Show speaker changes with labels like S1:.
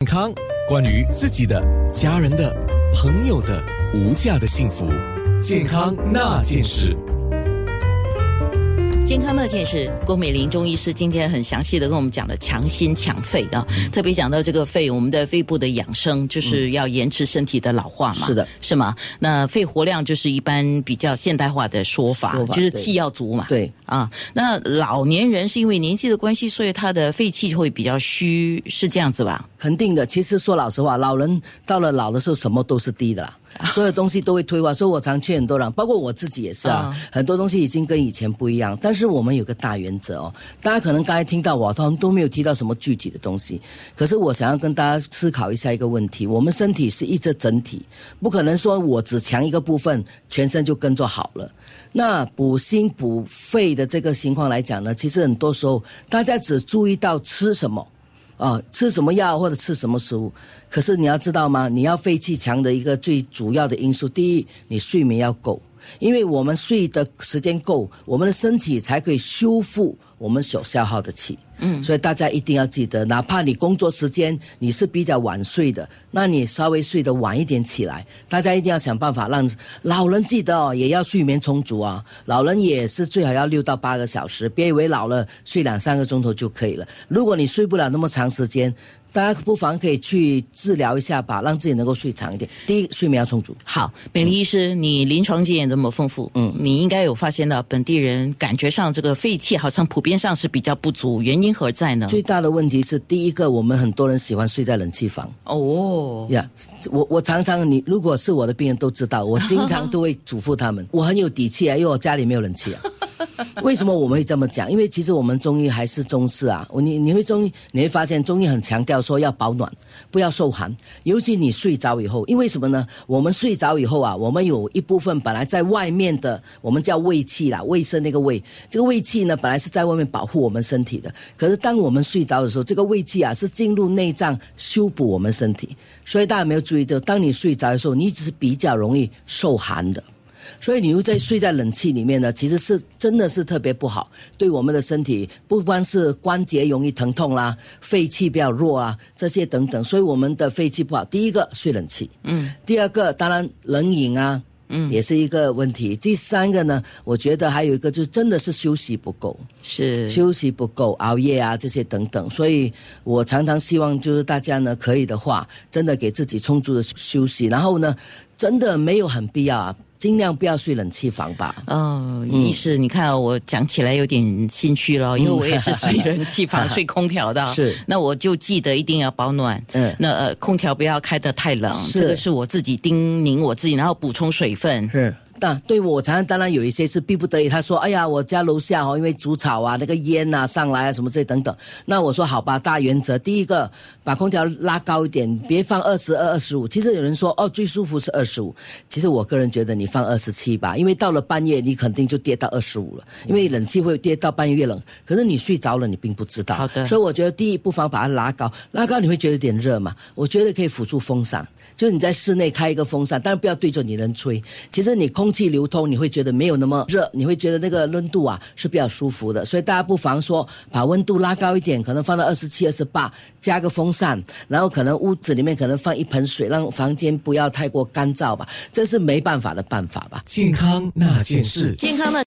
S1: 康，关于自己的、家人的、朋友的无价的幸福，健康那件事。
S2: 健康那件事，郭美玲中医师今天很详细的跟我们讲了强心强肺啊，特别讲到这个肺，我们的肺部的养生就是要延迟身体的老化嘛，
S3: 是的，
S2: 是吗？那肺活量就是一般比较现代化的说法就是气要足嘛，
S3: 对
S2: 啊。那老年人是因为年纪的关系，所以他的肺气会比较虚，是这样子吧？
S3: 肯定的。其实说老实话，老人到了老的时候，什么都是低的啦。所有东西都会退化，所以我常劝很多人，包括我自己也是啊，很多东西已经跟以前不一样。但是我们有个大原则哦，大家可能刚才听到我他们都没有提到什么具体的东西，可是我想要跟大家思考一下一个问题：我们身体是一个整体，不可能说我只强一个部分，全身就跟着好了。那补心补肺的这个情况来讲呢，其实很多时候大家只注意到吃什么。吃什么药或者吃什么食物，可是你要知道吗？你要肺气强的一个最主要的因素，第一，你睡眠要够，因为我们睡的时间够，我们的身体才可以修复我们所消耗的气。所以大家一定要记得，哪怕你工作时间你是比较晚睡的，那你稍微睡得晚一点起来，大家一定要想办法让老人记得也要睡眠充足啊。老人也是最好要6到8个小时，别以为老了睡2-3个钟头就可以了。如果你睡不了那么长时间，大家不妨可以去治疗一下吧，让自己能够睡长一点。第一，睡眠要充足。
S2: 好，美丽医师，你临床经验这么丰富，你应该有发现到本地人感觉上这个肺气好像普遍上是比较不足，原因何在呢？
S3: 最大的问题是，第一个，我们很多人喜欢睡在冷气房。我常常，你如果是我的病人都知道，我经常都会嘱咐他们，我很有底气啊，因为我家里没有冷气啊。为什么我们会这么讲？因为其实我们中医还是中式啊，你会发现中医很强调说要保暖，不要受寒，尤其你睡着以后，因为什么呢？我们睡着以后啊，我们有一部分本来在外面的，我们叫胃气啦，卫生那个胃，这个胃气呢本来是在外面保护我们身体的，可是当我们睡着的时候，这个胃气啊是进入内脏修补我们身体，所以大家没有注意到，当你睡着的时候，你只是比较容易受寒的。所以你又睡在冷气里面呢，其实是真的是特别不好，对我们的身体不光是关节容易疼痛啦，肺气比较弱啊，这些等等，所以我们的肺气不好。第一个睡冷气，第二个当然冷饮啊，也是一个问题。第三个呢，我觉得还有一个就是真的是休息不够，
S2: 是
S3: 休息不够，熬夜啊这些等等。所以我常常希望就是大家呢可以的话，真的给自己充足的休息，然后呢，真的没有很必要啊。尽量不要睡冷气房吧。
S2: 医师，你看我讲起来有点心虚了，因为我也是睡冷气房、睡空调的。
S3: 是，
S2: 那我就记得一定要保暖。那空调不要开得太冷，这个是我自己叮咛我自己，然后补充水分。
S3: 是。但对我常常当然有一些是逼不得已，他说哎呀我家楼下因为煮草啊那个烟啊上来啊什么这些等等，那我说好吧，大原则第一个把空调拉高一点，别放22、25，其实有人说最舒服是25，其实我个人觉得你放27吧，因为到了半夜你肯定就跌到25了，因为冷气会跌到半夜越冷，可是你睡着了你并不知道。
S2: 好的，
S3: 所以我觉得第一不妨把它拉高你会觉得有点热嘛，我觉得可以辅助风扇，就是你在室内开一个风扇，但是不要对着你人吹，其实你空气流通你会觉得没有那么热，你会觉得那个温度啊是比较舒服的，所以大家不妨说把温度拉高一点，可能放到27、28，加个风扇，然后可能屋子里面可能放一盆水，让房间不要太过干燥吧，这是没办法的办法吧。
S1: 健康那件事，
S2: 健康的